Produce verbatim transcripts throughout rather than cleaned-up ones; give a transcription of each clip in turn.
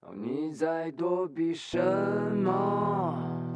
你在躲避什么？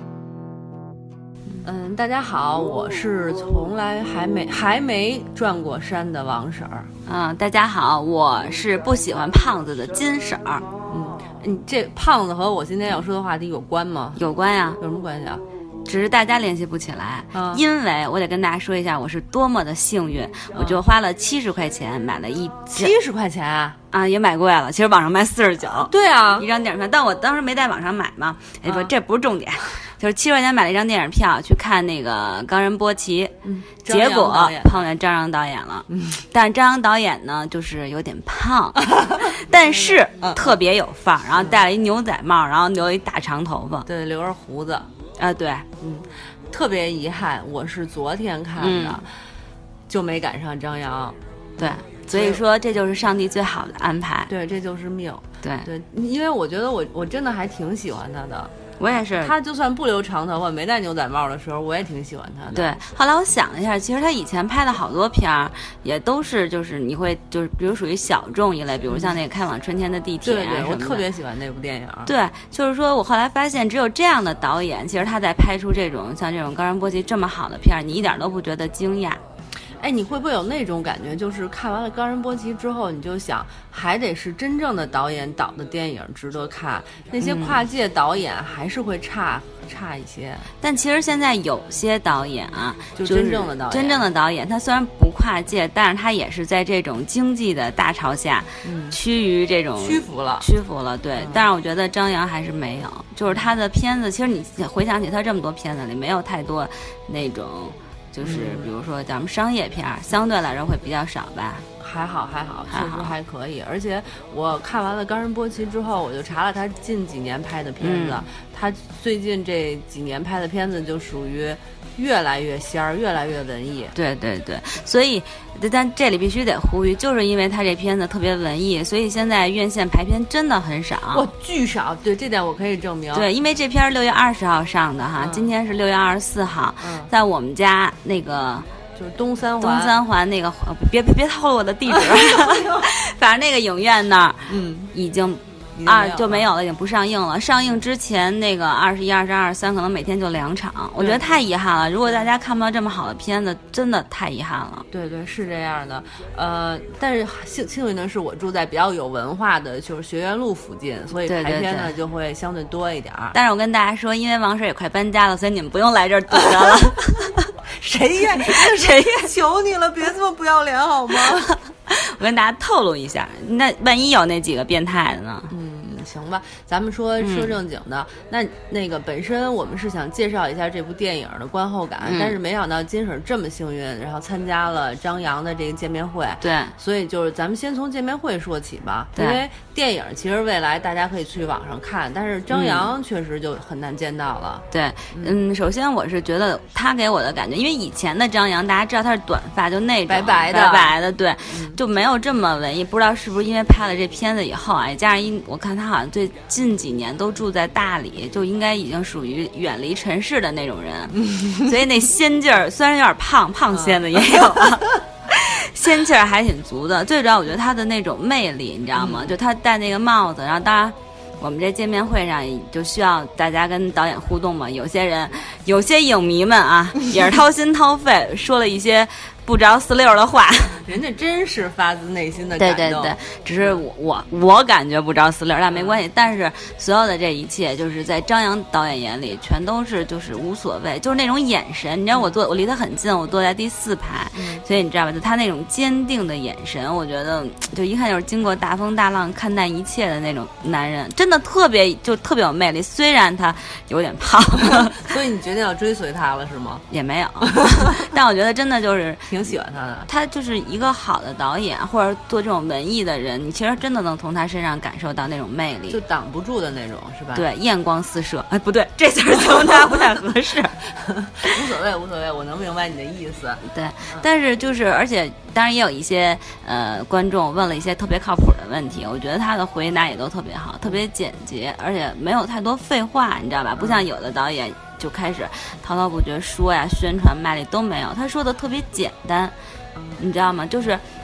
嗯，大家好，我是从来还没还没转过山的王婶儿。 嗯，大家好，我是不喜欢胖子的金婶儿。 嗯，你这胖子和我今天要说的话题有关吗？ 有关呀。 有什么关系啊？ 只是大家联系不起来， 嗯、 因为我得跟大家说一下，我是多么的幸运，嗯、我就花了七十块钱买了一七十块钱啊啊，也买贵了。其实网上卖四十九， 对啊， 一张电影票，但我当时没在网上买嘛。哎不，嗯、这不是重点，就是七十块钱买了一张电影票去看那个《冈仁波齐》， 嗯， 结果碰见张扬导演了。嗯，但是张扬导演呢，就是有点胖，但是特别有范儿，然后戴了一牛仔帽，然后留了一大长头发， 对，留着胡子。 啊，对， 嗯，特别遗憾，我是昨天看的，嗯、就没赶上张扬。 对，所以说这就是上帝最好的安排。 对，这就是命。 对对，因为我觉得我我真的还挺喜欢他的。 我也是， 他就算不留长头发，没戴牛仔帽的时候，我也挺喜欢他的。 对，后来我想了一下，其实他以前拍的好多片儿，也都是就是你会就是比如属于小众一类，比如像那个开往春天的地铁、啊， 对对，我特别喜欢那部电影。 对，就是说我后来发现，只有这样的导演，其实他在拍出这种像这种冈仁波齐这么好的片儿，你一点都不觉得惊讶。 哎，你会不会有那种感觉，就是看完了冈仁波齐之后，你就想，还得是真正的导演导的电影值得看，那些跨界导演还是会差、嗯、差一些。 但其实现在有些导演啊， 就真正的导演， 真正的导演，他虽然不跨界，但是他也是在这种经济的大潮下， 嗯， 趋于这种屈服了， 屈服了。对，嗯、但是我觉得张扬还是没有，就是他的片子，其实你回想起他这么多片子里，没有太多那种。就是比如说咱们商业片儿，相对来说会比较少吧。 还好还好，确实还可以。而且我看完了冈仁波齐之后，我就查了他近几年拍的片子，嗯、他最近这几年拍的片子就属于越来越仙儿，越来越文艺。 对对对，所以但这里必须得呼吁，就是因为他这片子特别文艺，所以现在院线排片真的很少。 哇，巨少！对，这点我可以证明。 对，因为这片六月二十号上的哈，嗯、今天是六月二十四号， 嗯、 在我们家那个。 就是东三环， 东三环那个，别别别透露我的地址，反正那个影院那儿， 嗯， 已经啊就没有了，已经不上映了。上映之前那个二十一、二十二、三，可能每天就两场，我觉得太遗憾了。如果大家看不到这么好的片子，真的太遗憾了。 对对，是这样的。呃，但是幸幸运的是，我住在比较有文化的，就是学院路附近，所以排片呢就会相对多一点。 但是我跟大家说，因为王婶也快搬家了，所以你们不用来这儿堵着了。 谁愿意？谁愿求你了，别这么不要脸好吗？ 我跟大家透露一下，那万一有那几个变态的呢？ 嗯。行吧，咱们说说正经的。嗯、那那个本身我们是想介绍一下这部电影的观后感， 嗯、 但是没想到金婶这么幸运，然后参加了张扬的这个见面会。 对，所以就是咱们先从见面会说起吧。 对， 因为电影其实未来大家可以去网上看，但是张扬确实就很难见到了。 嗯、对，嗯，首先我是觉得他给我的感觉，因为以前的张扬大家知道他是短发，就那种白白的白白的，对， 嗯、 就没有这么文艺。不知道是不是因为拍了这片子以后啊，加上一我看他好像最近几年都住在大理，就应该已经属于远离尘世的那种人，所以那仙劲儿虽然有点胖，胖仙子也有啊，仙气儿还挺足的。最主要我觉得他的那种魅力，你知道吗？ 嗯、 就他戴那个帽子，然后当然我们这见面会上就需要大家跟导演互动嘛，有些人有些影迷们啊也是掏心掏肺说了一些不着四六的话， 人家真是发自内心的感动。 对对对，只是我我我感觉不着四六，但没关系。但是所有的这一切，就是在张扬导演眼里，全都是就是无所谓，就是那种眼神。你知道我坐我离他很近，我坐在第四排， 嗯、 所以你知道吧？就他那种坚定的眼神，我觉得就一看就是经过大风大浪看淡一切的那种男人，真的特别就特别有魅力。虽然他有点胖， 所以你决定要追随他了是吗？ 也没有，但我觉得真的就是挺喜欢他的。 他就是一个好的导演，或者做这种文艺的人，你其实真的能从他身上感受到那种魅力， 就挡不住的那种，是吧？ 对，艳光四射。哎，不对，这词儿形容他不太合适。 无所谓，无所谓，我能明白你的意思。 对，但是就是，而且当然也有一些呃观众问了一些特别靠谱的问题，我觉得他的回答也都特别好，特别简洁，而且没有太多废话，你知道吧？不像有的导演就开始滔滔不绝说呀，宣传卖力都没有，他说的特别简单。你知道吗？就是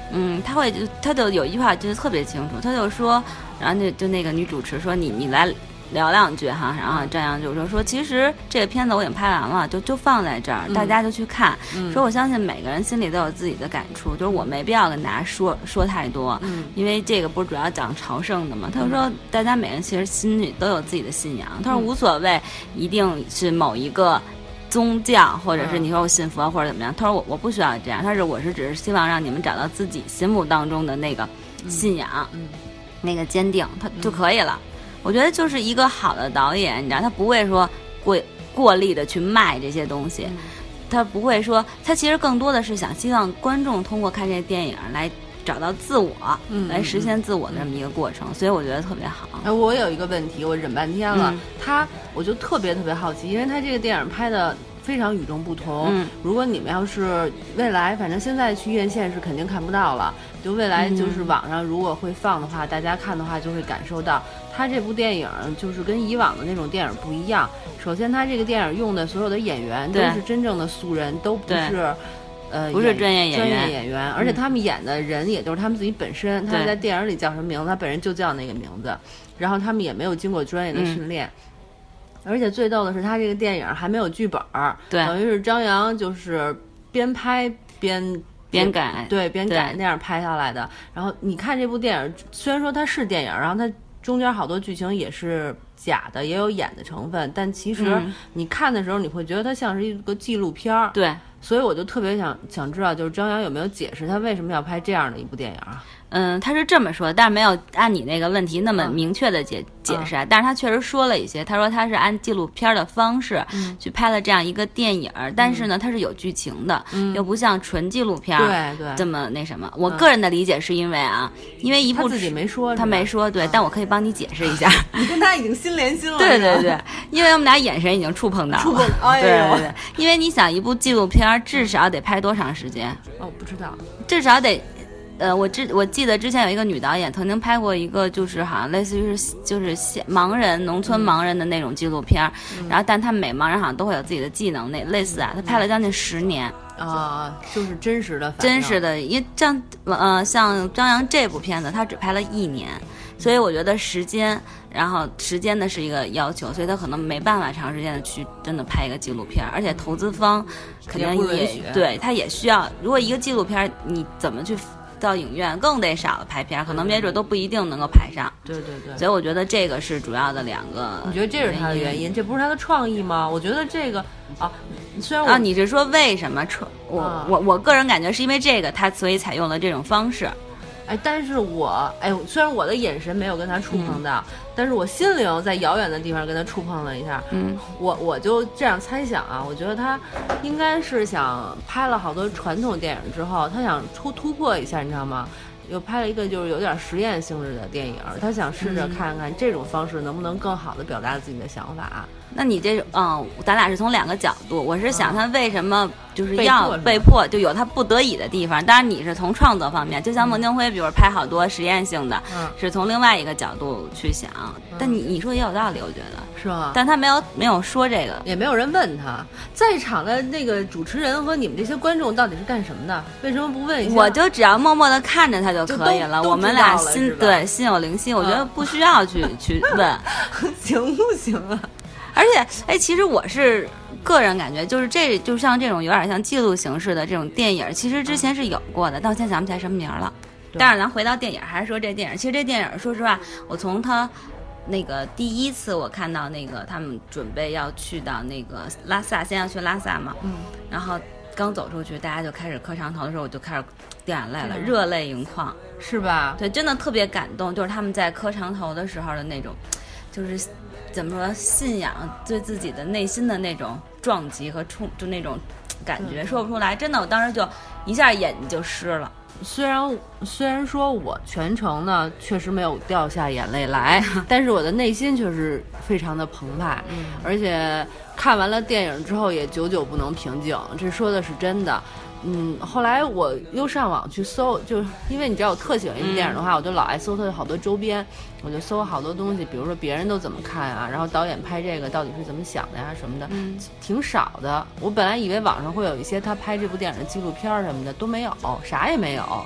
嗯，他会他就有一句话就是特别清楚，他就说，然后就就那个女主持说你你来聊两句哈，然后张扬就说说其实这个片子我已经拍完了，就就放在这儿，嗯、大家就去看。嗯、说我相信每个人心里都有自己的感触，就是我没必要跟大家说说太多，嗯、因为这个不是主要讲朝圣的嘛。他就说大家每个人其实心里都有自己的信仰，他说无所谓一定是某一个宗教，或者是你说我信佛或者怎么样。他说我我不需要这样，他说我是只是希望让你们找到自己心目当中的那个信仰，嗯、那个坚定，他就可以了。我觉得就是一个好的导演，你知道，他不会说过过力的去卖这些东西，嗯、他不会说，他其实更多的是想希望观众通过看这电影来找到自我，嗯、来实现自我的这么一个过程，嗯、所以我觉得特别好。 哎，我有一个问题，我忍半天了，嗯、他我就特别特别好奇，因为他这个电影拍的非常与众不同。嗯，如果你们要是未来，反正现在去院线是肯定看不到了，就未来就是网上如果会放的话，嗯、大家看的话就会感受到，他这部电影就是跟以往的那种电影不一样。首先，他这个电影用的所有的演员都是真正的素人，都不是。呃， 不是专业演员， 专业演员，而且他们演的人也都是他们自己本身。嗯、他在电影里叫什么名字，他本人就叫那个名字。然后他们也没有经过专业的训练。嗯、而且最逗的是，他这个电影还没有剧本， 对， 等于是张扬就是边拍边边改， 对，边改那样拍下来的。然后你看这部电影，虽然说它是电影，然后它中间好多剧情也是假的，也有演的成分，但其实你看的时候，你会觉得它像是一个纪录片。 对。 所以我就特别想想知道，就是张扬有没有解释他为什么要拍这样的一部电影啊？ 嗯，他是这么说，但是没有按你那个问题那么明确的解、嗯、解释啊。但是他确实说了一些，他说他是按纪录片的方式去拍了这样一个电影，嗯、但是呢，它是有剧情的，嗯、又不像纯纪录片对对这么那什么。我个人的理解是因为啊，嗯、因为一部他自己没说， 他没说对，嗯、但我可以帮你解释一下。 你跟他已经心连心了。 对对对，因为我们俩眼神已经触碰到了。 触碰，哎呦， 对对对，因为你想一部纪录片至少得拍多长时间？ 哦，不知道， 至少得。呃，我之我记得之前有一个女导演曾经拍过一个，就是好像类似于是就是盲人农村盲人的那种纪录片，嗯、然后但他们每盲人好像都会有自己的技能，那类似啊，他拍了将近十年啊，就是真实的， 真实的，因为像呃像张扬这部片子，他只拍了一年，所以我觉得时间，然后时间的是一个要求，所以他可能没办法长时间的去真的拍一个纪录片，而且投资方肯定也, 也对他也需要，如果一个纪录片你怎么去到影院更得少了拍片，可能没准都不一定能够排上。 对对对， 所以我觉得这个是主要的两个。 你觉得这是他的原因？这不是他的创意吗？我觉得这个啊，虽然我啊，你是说为什么创？我、啊、我我个人感觉是因为这个，他所以采用了这种方式。 哎，但是我哎，虽然我的眼神没有跟他触碰到，嗯、但是我心灵在遥远的地方跟他触碰了一下。嗯，我我就这样猜想啊，我觉得他应该是想拍了好多传统电影之后，他想突突破一下，你知道吗？又拍了一个就是有点实验性质的电影，他想试着看看这种方式能不能更好的表达自己的想法。 那你这种，嗯，咱俩是从两个角度，我是想他为什么就是要被迫，就有他不得已的地方。当然你是从创作方面，就像孟京辉，比如拍好多实验性的，嗯、是从另外一个角度去想。嗯、但你你说也有道理，我觉得是吗？ 但他没有没有说这个， 也没有人问他，在场的那个主持人和你们这些观众到底是干什么的？为什么不问一下？ 我就只要默默的看着他就可以了。 了我们俩心对心有灵犀，我觉得不需要去、嗯、去问， 行不行啊？ 而且，哎，其实我是个人感觉，就是这就像这种有点像记录形式的这种电影，其实之前是有过的，但我现在想不起来什么名了。但是咱回到电影，还是说这电影，其实这电影，说实话，我从他那个第一次我看到那个他们准备要去到那个拉萨，先要去拉萨嘛，嗯，然后刚走出去，大家就开始磕长头的时候，我就开始掉眼泪了，嗯、热泪盈眶， 是吧？ 对，真的特别感动，就是他们在磕长头的时候的那种，就是。怎么说？信仰对自己的内心的那种撞击和冲，就那种感觉说不出来。真的，我当时就一下眼睛就湿了。 虽然虽然说我全程呢确实没有掉下眼泪来，但是我的内心却是非常的澎湃，嗯、而且看完了电影之后也久久不能平静。这说的是真的。嗯，后来我又上网去搜，就是因为你知道我特喜欢一部电影的话，嗯、我就老爱搜它的好多周边，我就搜好多东西，比如说别人都怎么看啊，然后导演拍这个到底是怎么想的呀什么的，嗯、挺少的。我本来以为网上会有一些他拍这部电影的纪录片什么的，都没有，啥也没有。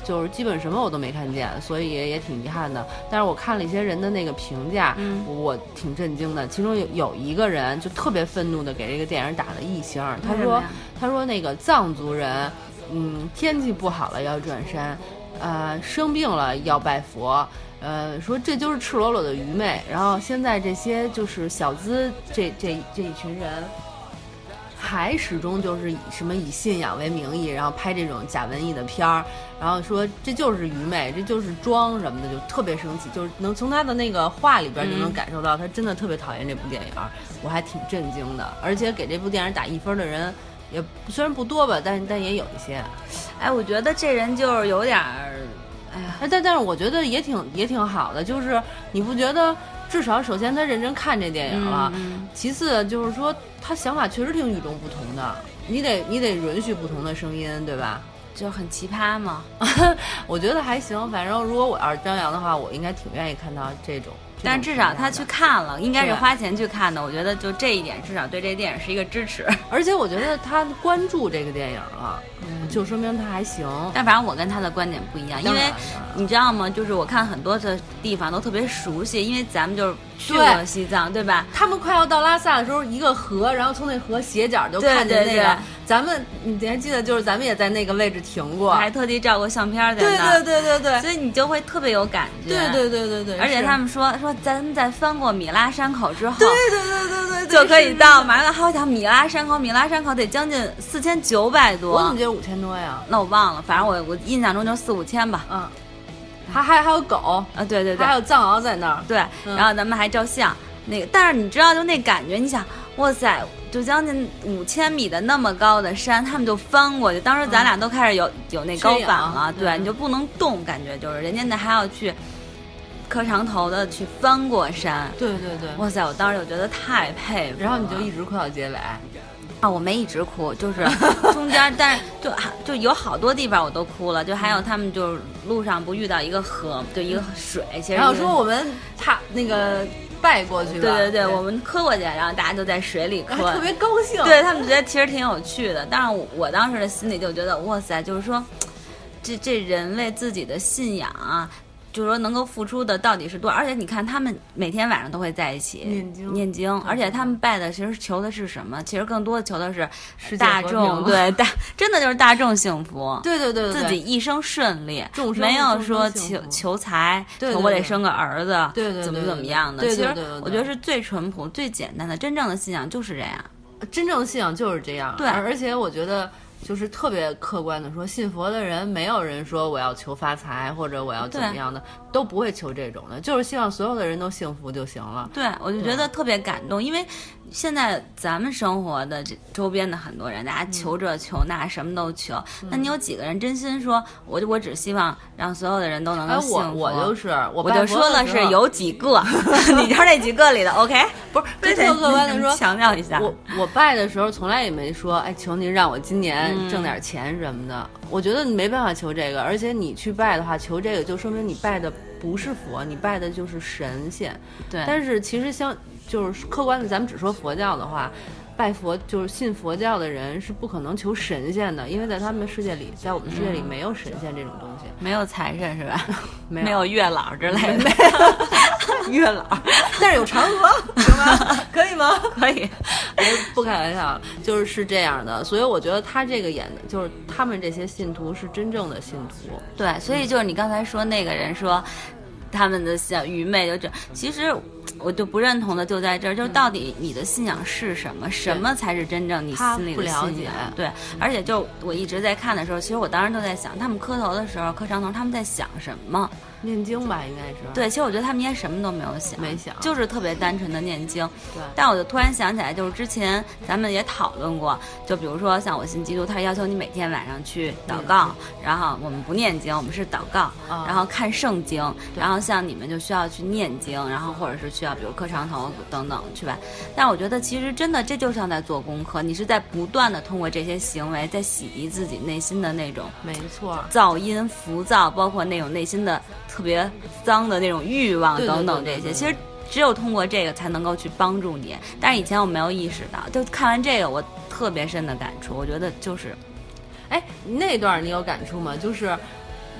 就是基本什么我都没看见，所以也挺遗憾的。但是我看了一些人的那个评价， 嗯、 我挺震惊的。其中有有一个人就特别愤怒的给这个电影打了一星，他说他说那个藏族人，嗯，天气不好了要转山，呃，生病了要拜佛。呃，说这就是赤裸裸的愚昧。然后现在这些就是小资这这这一群人，还始终就是以什么以信仰为名义，然后拍这种假文艺的片儿，然后说这就是愚昧，这就是装什么的，就特别生气。就是能从他的那个话里边就能感受到，他真的特别讨厌这部电影，我还挺震惊的。而且给这部电影打一分的人也虽然不多吧，但但也有一些。 哎，我觉得这人就是有点儿。哎呀， 但但是我觉得也挺也挺好的，就是你不觉得至少首先他认真看这电影了， 嗯、 其次就是说他想法确实挺与众不同的，你得你得允许不同的声音，对吧？ 就很奇葩嘛。 我觉得还行，反正如果我要是张扬的话，我应该挺愿意看到这种。 但至少他去看了，应该是花钱去看的。我觉得就这一点，至少对这电影是一个支持。 而且我觉得他关注这个电影了，嗯、就说明他还行。 但反正我跟他的观点不一样，因为你知道吗？就是我看很多的地方都特别熟悉，因为咱们就是去过西藏， 对, 对吧？ 他们快要到拉萨的时候，一个河，然后从那河斜角就看见那个。 对对对， 咱们你还记得，就是咱们也在那个位置停过， 还特地照过相片在那。 对对对对对， 所以你就会特别有感觉。 对对对对对， 而且他们说说咱们在翻过米拉山口之后， 对对对对对， 就可以到马拉哈。我想米拉山口，米拉山口得将近四千九百多。 我怎么觉得五千多呀？ 那我忘了，反正我我印象中就四五千吧。 嗯，还还还有狗啊，对对对， 还有藏獒在那儿。 对，嗯、然后咱们还照相。那个，但是你知道，就那感觉，你想，哇塞，就将近五千米的那么高的山，他们就翻过去。当时咱俩都开始有、嗯、有那高反了，对、嗯，你就不能动，感觉就是人家那还要去磕长头的去翻过山。 对对对， 哇塞，我当时就觉得太佩服了。 然后你就一直哭到结尾。 啊，我没一直哭，就是中间，但是就就有好多地方我都哭了，就还有他们就是路上不遇到一个河，就一个水，其实然后说我们踏那个拜过去了， 对对 对, 对，我们磕过去，然后大家就在水里磕， 特别高兴， 对他们觉得其实挺有趣的，但是我我当时的心里就觉得哇塞，就是说，这这人为自己的信仰啊。就是说能够付出的到底是多少？而且你看，他们每天晚上都会在一起念经， 念经，而且他们拜的其实求的是什么？其实更多的求的是大众，对大，真的就是大众幸福。 对对 对, 对， 自己一生顺利， 众生没有说求求财， 对对对， 我得生个儿子， 对对对， 怎么怎么样的。 对对对对其实我觉得是最淳朴、最简单的，真正的信仰就是这样。 真正的信仰就是这样， 对， 而且我觉得。就是特别客观的说，信佛的人没有人说我要求发财或者我要怎么样的，都不会求这种的，就是希望所有的人都幸福就行了。 对，我就觉得特别感动，因为现在咱们生活的这周边的很多人，大家求这求那，什么都求。嗯、那你有几个人真心说，我我只希望让所有的人都能够幸福？ 哎、我我就是我我就说了是有几个，你就是那几个里的 OK？ 不是， 非常客观的说， 强调一下， 我我拜的时候从来也没说，哎，求您让我今年挣点钱什么的。嗯、我觉得你没办法求这个，而且你去拜的话，求这个就说明你拜的不是佛，你拜的就是神仙。 对， 但是其实像。就是客观的，咱们只说佛教的话，拜佛就是信佛教的人是不可能求神仙的，因为在他们的世界里，在我们世界里没有神仙这种东西， 没有财神是吧？ 没有， 没有月老之类的， 月老，但是有嫦娥，行吗？可以吗？ 可以， 我不开玩笑，就是是这样的，所以我觉得他这个演的就是他们这些信徒是真正的信徒。 对，所以就是你刚才说那个人说。他们的小愚昧就这，其实我就不认同的就在这儿，就是到底你的信仰是什么？什么才是真正你心里的信仰？对，而且就我一直在看的时候，其实我当时就在想，他们磕头的时候，磕长头，他们在想什么？ 念经吧，应该是。 对，其实我觉得他们应该什么都没有想， 没想， 就是特别单纯的念经。 对。 但我就突然想起来，就是之前咱们也讨论过，就比如说像我信基督，他要求你每天晚上去祷告，然后我们不念经，我们是祷告， 嗯、 然后看圣经，然后像你们就需要去念经，然后或者是需要比如磕长头等等去吧。但我觉得其实真的这就像在做功课，你是在不断的通过这些行为在洗涤自己内心的那种没错噪音、浮躁，包括那种内心的特别脏的那种欲望等等这些， 对对对对对， 其实只有通过这个才能够去帮助你。但是以前我没有意识到，就看完这个我特别深的感触，我觉得就是， 哎，那段你有感触吗？就是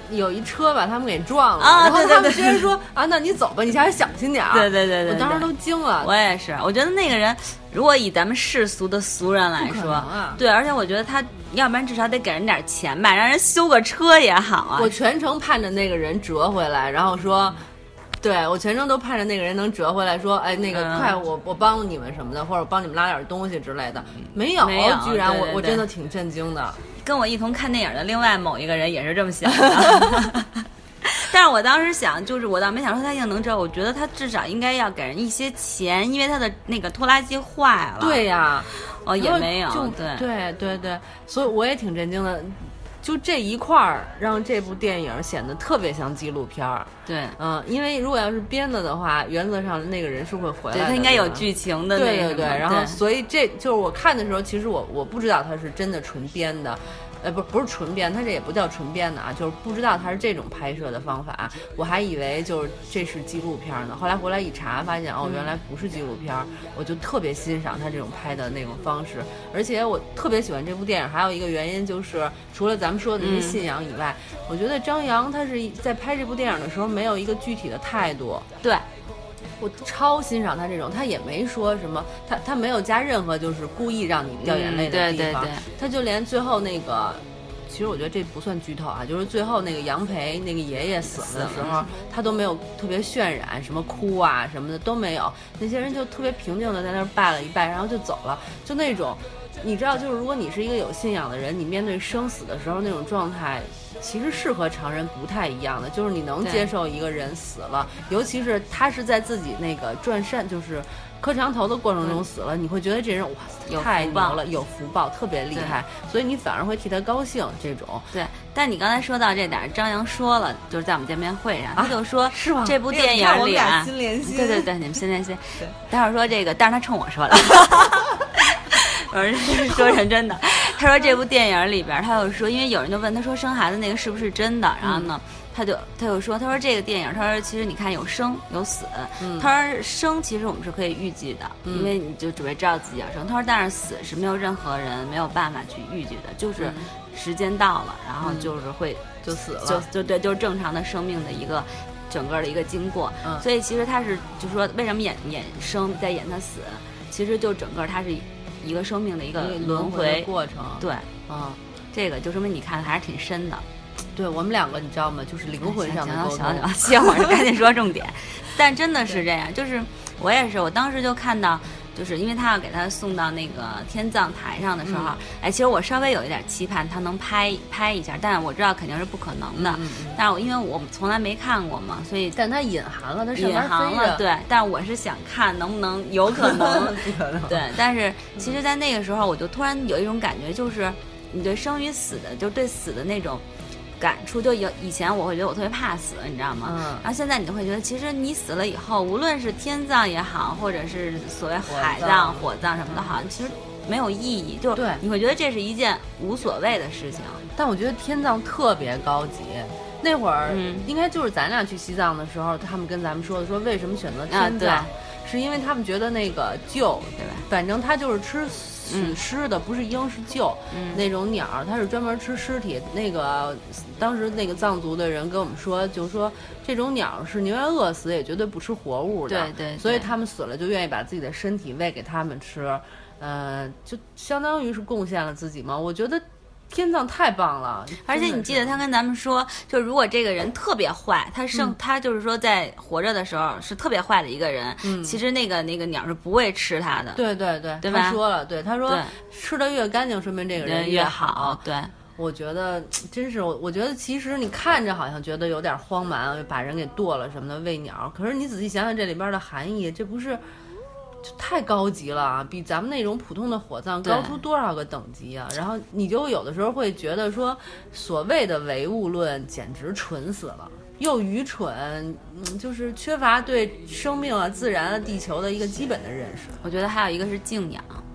有一车把他们给撞了， 啊、 然后他们对对对居然说啊，那你走吧，你还小心点儿。 对对对对， 我当时都惊了。 我也是，我觉得那个人，如果以咱们世俗的俗人来说， 啊、 对，而且我觉得他要不然至少得给人点钱吧，让人修个车也好啊。 我全程盼着那个人折回来，然后说。对我全程都盼着那个人能折回来说，哎，那个快我我帮你们什么的，或者帮你们拉点东西之类的，没有， 没有居然我对对对我真的挺震惊的。 跟我一同看电影的另外某一个人也是这么想的。但是我当时想，就是我倒没想说他一定能折，我觉得他至少应该要给人一些钱，因为他的那个拖拉机坏了。 对呀， 哦也没有， 就对对对对，所以我也挺震惊的。就这一块儿，让这部电影显得特别像纪录片儿。 对， 嗯，因为如果要是编的的话，原则上那个人是会回来的。 对，他应该有剧情的那个。 对对对，然后所以这就是我看的时候，其实我我不知道他是真的纯编的。呃，不，不是纯编，它这也不叫纯编的啊，就是不知道它是这种拍摄的方法，我还以为就是这是纪录片呢。后来回来一查，发现哦，原来不是纪录片，我就特别欣赏他这种拍的那种方式。而且我特别喜欢这部电影，还有一个原因就是，除了咱们说的那些信仰以外，嗯、我觉得张扬他是在拍这部电影的时候没有一个具体的态度。 对。 我超欣赏他这种，他也没说什么，他他没有加任何就是故意让你掉眼泪的地方， 嗯、对对对， 他就连最后那个，其实我觉得这不算剧透啊，就是最后那个杨培那个爷爷死了的时候，他都没有特别渲染什么哭啊什么的都没有，那些人就特别平静的在那儿拜了一拜，然后就走了，就那种，你知道，就是如果你是一个有信仰的人，你面对生死的时候那种状态。其实是和常人不太一样的，就是你能接受一个人死了，尤其是他是在自己那个转山，就是磕长头的过程中死了，你会觉得这人哇塞太牛了，有福报，特别厉害，所以你反而会替他高兴。这种对，但你刚才说到这点，张扬说了，就是在我们见面会上，他就说、 啊、是吗？ 这部电影里啊， 心连心， 对对对，你们心连心。待会儿说这个，但是他冲我说的。我是说认真的，他说这部电影里边，他就说，因为有人就问他说生孩子那个是不是真的，然后呢，他就他就说，他说这个电影，他说其实你看有生有死，嗯、他说生其实我们是可以预计的，嗯、因为你就准备知道自己要生，他说但是死是没有任何人没有办法去预计的，就是时间到了，然后就是会、 嗯、就死了， 就就对，就是正常的生命的一个整个的一个经过， 嗯、 所以其实他是就是说为什么演演生在演他死，其实就整个他是。一个生命的一个轮回过程， 对， 嗯， 这个就说明你看的还是挺深的。 对我们两个，你知道吗？就是灵魂上的沟通。 行行行，歇会儿赶紧说重点。但真的是这样，就是我也是，我当时就看到，就是因为他要给他送到那个天葬台上的时候，嗯、哎，其实我稍微有一点期盼他能拍拍一下，但是我知道肯定是不可能的。 嗯嗯、 但是我因为我从来没看过嘛，所以但他隐含了，他隐含了，对。但是我是想看能不能有可能， 不可能。 对，但是其实，在那个时候，我就突然有一种感觉，就是你对生与死的，就对死的那种。感触就有以前我会觉得我特别怕死，你知道吗？ 嗯。 然后现在你就会觉得，其实你死了以后，无论是天葬也好，或者是所谓海葬、火葬什么的，好像其实没有意义。就对， 你会觉得这是一件无所谓的事情。 但我觉得天葬特别高级。那会儿、嗯、应该就是咱俩去西藏的时候，他们跟咱们说的，说为什么选择天葬， 啊、 是因为他们觉得那个鹫， 对吧？ 反正他就是吃。死尸的不是鹰是鹫、嗯、那种鸟，它是专门吃尸体。那个当时那个藏族的人跟我们说，就说这种鸟是宁愿饿死也绝对不吃活物的。 对 对, 对， 所以他们死了就愿意把自己的身体喂给他们吃，呃，就相当于是贡献了自己嘛。我觉得。天葬太棒了， 而且你记得他跟咱们说，就如果这个人特别坏，他生、嗯、他就是说在活着的时候是特别坏的一个人，嗯，其实那个那个鸟是不会吃他的。 对对对， 对吧？ 他说了，对他说吃的越干净，说明这个人越好。 对， 我觉得真是我，我觉得其实你看着好像觉得有点荒蛮，把人给剁了什么的喂鸟，可是你仔细想想这里边的含义，这不是。太高级了啊，比咱们那种普通的火葬高出多少个等级啊！然后你就有的时候会觉得说，所谓的唯物论简直蠢死了，又愚蠢，嗯，就是缺乏对生命啊、自然啊、地球的一个基本的认识。 我觉得还有一个是敬仰， 敬仰，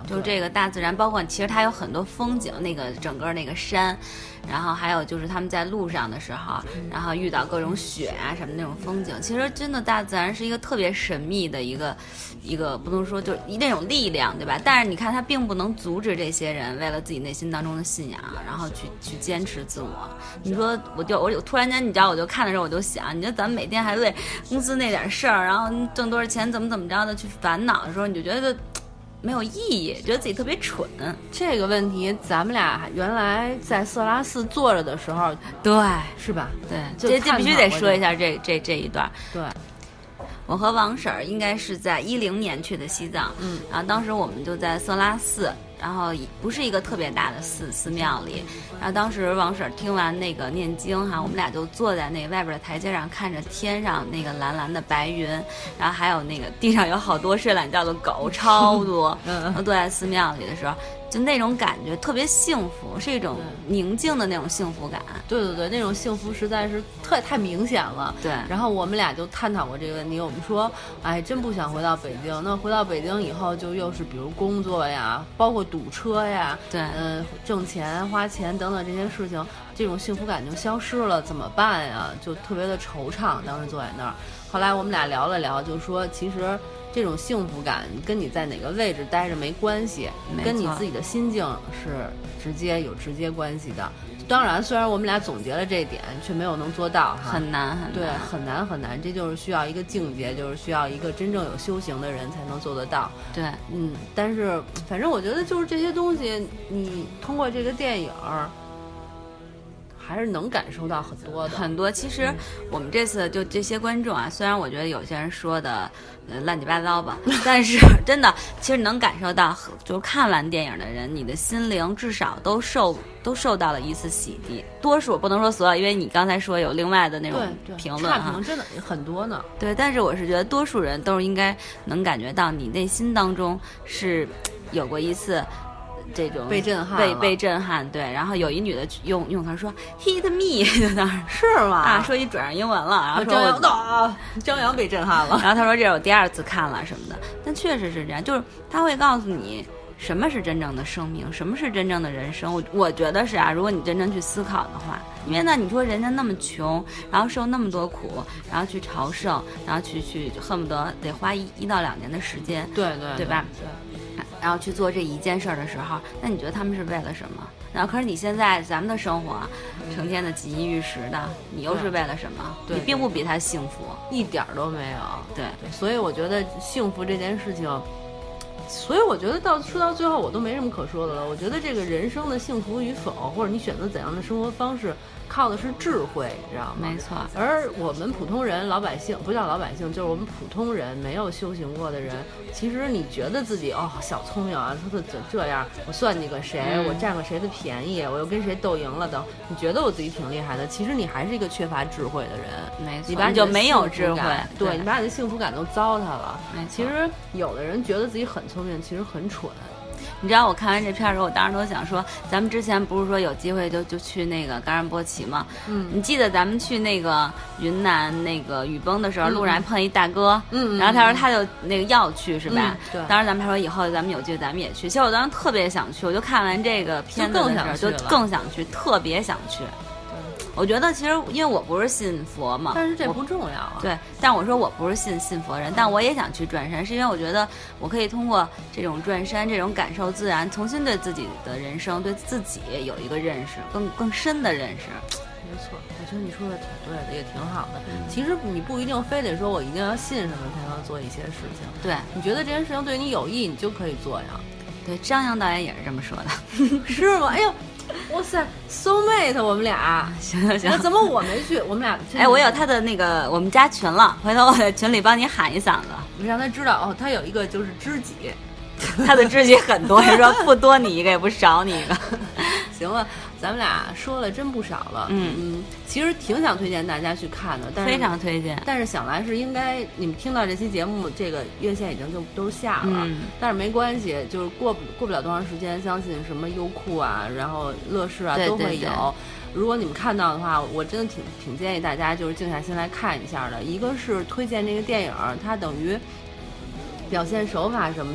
就这个大自然，包括其实它有很多风景，那个整个那个山，然后还有就是他们在路上的时候，然后遇到各种雪啊什么那种风景，其实真的大自然是一个特别神秘的一个一个不能说就是那种力量，对吧？但是你看它并不能阻止这些人为了自己内心当中的信仰，然后去去坚持自我。你说我就我就突然间你知道我就看的时候我就想，你说咱们每天还为公司那点事儿，然后挣多少钱怎么怎么着的去烦恼的时候，你就觉得没有意义，觉得自己特别蠢。 这个问题咱们俩原来在色拉寺坐着的时候， 对， 是吧？ 对，这这必须得说一下这这这一段。 对， 我和王婶儿应该是在一零年去的西藏， 嗯， 然后当时我们就在色拉寺，然后不是一个特别大的寺寺庙里，然后当时王婶儿听完那个念经哈，我们俩就坐在那外边的台阶上，看着天上那个蓝蓝的白云，然后还有那个地上有好多睡懒觉的狗，超多，然后坐在寺庙里的时候，就那种感觉特别幸福，是一种宁静的那种幸福感。 对对对，那种幸福实在是特太明显了。 对， 然后我们俩就探讨过这个问题，我们说，哎，真不想回到北京。那回到北京以后，就又是比如工作呀，包括堵车呀， 对， 嗯、呃，挣钱、花钱等等这些事情，这种幸福感就消失了，怎么办呀？就特别的惆怅。当时坐在那儿，后来我们俩聊了聊，就说其实这种幸福感跟你在哪个位置待着没关系，跟你自己的心境是直接有直接关系的。当然，虽然我们俩总结了这一点，却没有能做到哈， 很难很难， 对，很难很难。这就是需要一个境界，就是需要一个真正有修行的人才能做得到。 对， 嗯，但是反正我觉得就是这些东西，你通过这个电影还是能感受到很多的， 很多。其实我们这次就这些观众啊，虽然我觉得有些人说的呃乱七八糟吧，但是真的其实能感受到，就是看完电影的人，你的心灵至少都受都受到了一次洗涤。多数不能说所有，因为你刚才说有另外的那种评论， 差评真的很多呢。 对，但是我是觉得多数人都是应该能感觉到你内心当中是有过一次这种被震撼， 被被震撼，对。然后有一女的用用她说 hit me， 在那儿是吗？ 啊，说一转上英文了，然后说张扬的张扬被震撼了， 然后她说这是我第二次看了什么的，但确实是这样，就是他会告诉你什么是真正的生命，什么是真正的人生。我我觉得是啊，如果你真正去思考的话，因为呢，你说人家那么穷，然后受那么多苦，然后去朝圣，然后去去恨不得得花一一到两年的时间， 对对对吧？ 对。 然后去做这一件事儿的时候，那你觉得他们是为了什么？然后可是你现在咱们的生活，成天的锦衣玉食的，你又是为了什么？ 对， 你并不比他幸福， 一点都没有。 对， 对，所以我觉得幸福这件事情，所以我觉得到说到最后我都没什么可说的了。我觉得这个人生的幸福与否，或者你选择怎样的生活方式，靠的是智慧，你知道吗？ 没错。 而我们普通人、老百姓，不叫老百姓，就是我们普通人，没有修行过的人，其实你觉得自己哦小聪明啊，他这这样，我算计个谁， 嗯、 我占个谁的便宜，我又跟谁斗赢了的，你觉得我自己挺厉害的，其实你还是一个缺乏智慧的人。 没错， 你把你就没有智慧， 对, 对你把你的幸福感都糟蹋了。 没错。 其实有的人觉得自己很聪明，其实很蠢。 你知道我看完这片的时候，我当时都想说，咱们之前不是说有机会就就去那个冈仁波齐吗？ 嗯， 你记得咱们去那个云南那个雨崩的时候， 嗯、 路上还碰一大哥， 嗯， 然后他说他就那个要去是吧？ 嗯、对。 当时咱们还说以后咱们有机会咱们也去。其实我当时特别想去，我就看完这个片子的时候就更想去，特别想去。我觉得其实因为我不是信佛嘛， 但是这不重要啊。 对，但我说我不是信信佛人，但我也想去转山，是因为我觉得我可以通过这种转山，这种感受自然，重新对自己的人生、对自己有一个认识，更更深的认识。 没错，我觉得你说的挺对的，也挺好的。嗯、其实你不一定非得说我一定要信什么才能做一些事情。 对， 你觉得这件事情对你有益，你就可以做呀。 对，张扬导演也是这么说的， 是吗？哎呦。哇塞 ，soul mate， 我们俩行行行， 怎么我没去？我们俩哎，我有他的那个我们家群了，回头我在群里帮你喊一嗓子， 你让他知道哦，他有一个就是知己， 他的知己很多，人说不多你一个也不少你一个。 行了，咱们俩说了真不少了， 嗯嗯，其实挺想推荐大家去看的，但是非常推荐。 但是想来是应该你们听到这期节目，这个院线已经就都下了， 嗯、 但是没关系，就是过不过不了多长时间，相信什么优酷啊，然后乐视啊对都会有。 对对， 如果你们看到的话，我真的挺挺建议大家就是静下心来看一下的。一个是推荐这个电影，它等于表现手法什么的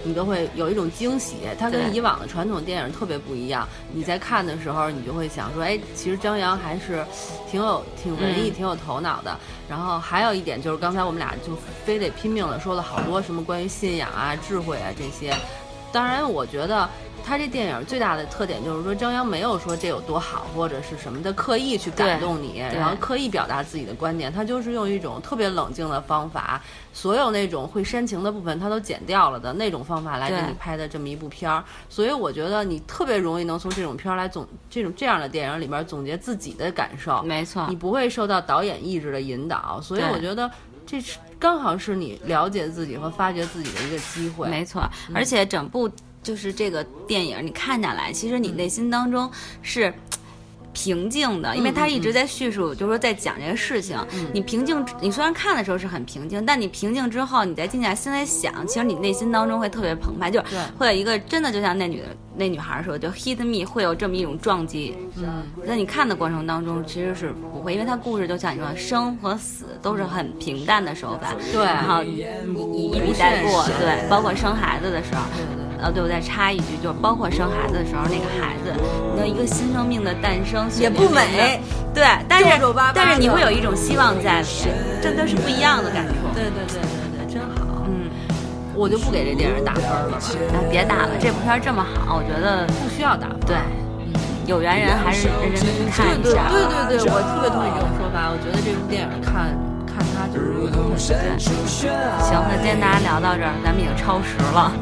你都会有一种惊喜。它跟以往的传统电影特别不一样。你在看的时候，你就会想说，哎，其实张扬还是挺有、挺文艺、嗯、挺有头脑的。然后还有一点就是，刚才我们俩就非得拼命的说了好多什么关于信仰啊、智慧啊这些。当然，我觉得他这电影最大的特点就是说，张扬没有说这有多好或者是什么的刻意去感动你，然后刻意表达自己的观点，他就是用一种特别冷静的方法，所有那种会煽情的部分他都剪掉了的那种方法来给你拍的这么一部片儿。所以我觉得你特别容易能从这种片儿来总这种这样的电影里面总结自己的感受， 没错， 你不会受到导演意志的引导。所以我觉得这是刚好是你了解自己和发掘自己的一个机会。 没错，嗯、而且整部就是这个电影你看下来，其实你内心当中是平静的，因为他一直在叙述，就是说在讲这个事情。 嗯、 你平静，你虽然看的时候是很平静，但你平静之后，你再静下心来想，其实你内心当中会特别澎湃，就会有一个真的就像那女的那女孩说，就 hit me 会有这么一种撞击。 嗯， 在你看的过程当中，其实是不会，因为它故事就像你说，生和死都是很平淡的手法， 对， 然后一一笔带过，对，包括生孩子的时候。 对对对呃，对，我再插一句，就是包括生孩子的时候，那个孩子，那一个新生命的诞生也不美， 对，但是皱皱巴巴但是你会有一种希望在，真的是不一样的感受。 对对对对对，真好。嗯，我就不给这电影打分了吧？ 啊，别打了，这部片这么好，我觉得不需要打分。 对，有缘人还是认真的去看一下。 对对对对，我特别同意这种说法。我觉得这部电影看。看它就是对， 行，那今天大家聊到这儿，咱们已经超时了。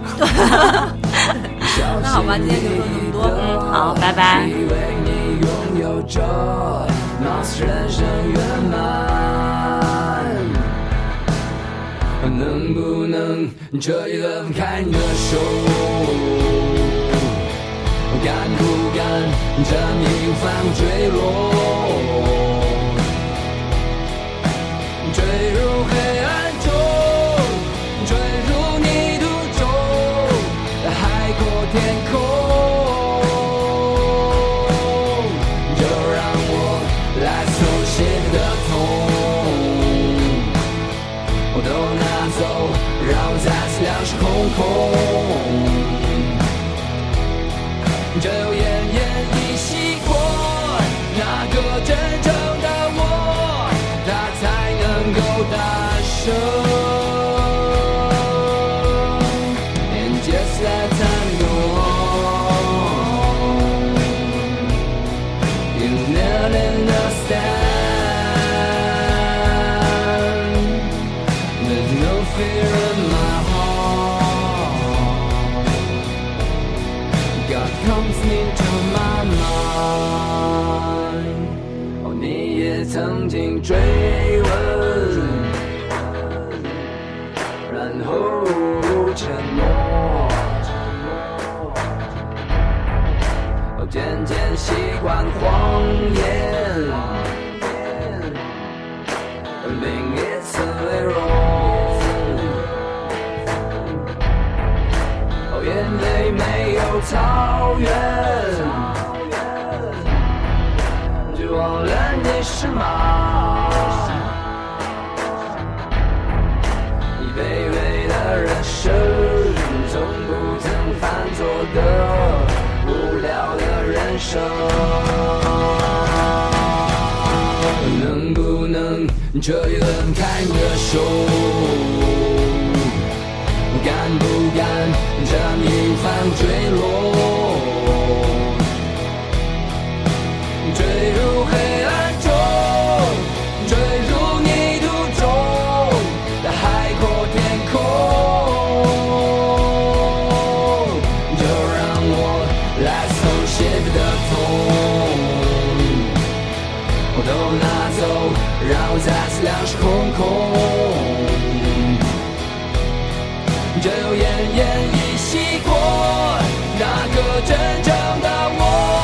那好吧，今天就说这么多。 嗯，好，拜拜。 能不能这一轮开你的手？敢不敢这明放坠落？坠入黑暗中，坠入泥土中，海阔天空。就让我来手写的痛，我都拿走，让我再次两手空空。只有奄奄一息过，那个真正的我，他才能够大声。And just let time go on, you never understand. There's no fear in my heart. God comes into my mind. 哦，你也曾经追问，然后沉默，哦，渐渐习惯谎言，另一次微弱，哦，眼泪没有草原，就忘了你是马。你卑微的人生，从不曾犯错的无聊的人生。能不能这一轮开你的手？敢不敢这明放坠落？坠入黑暗中，坠入泥土中，海阔天空。就让我来手写的痛，我都拿走，让我再次两手空空。只有奄奄一息过，那个真正的我。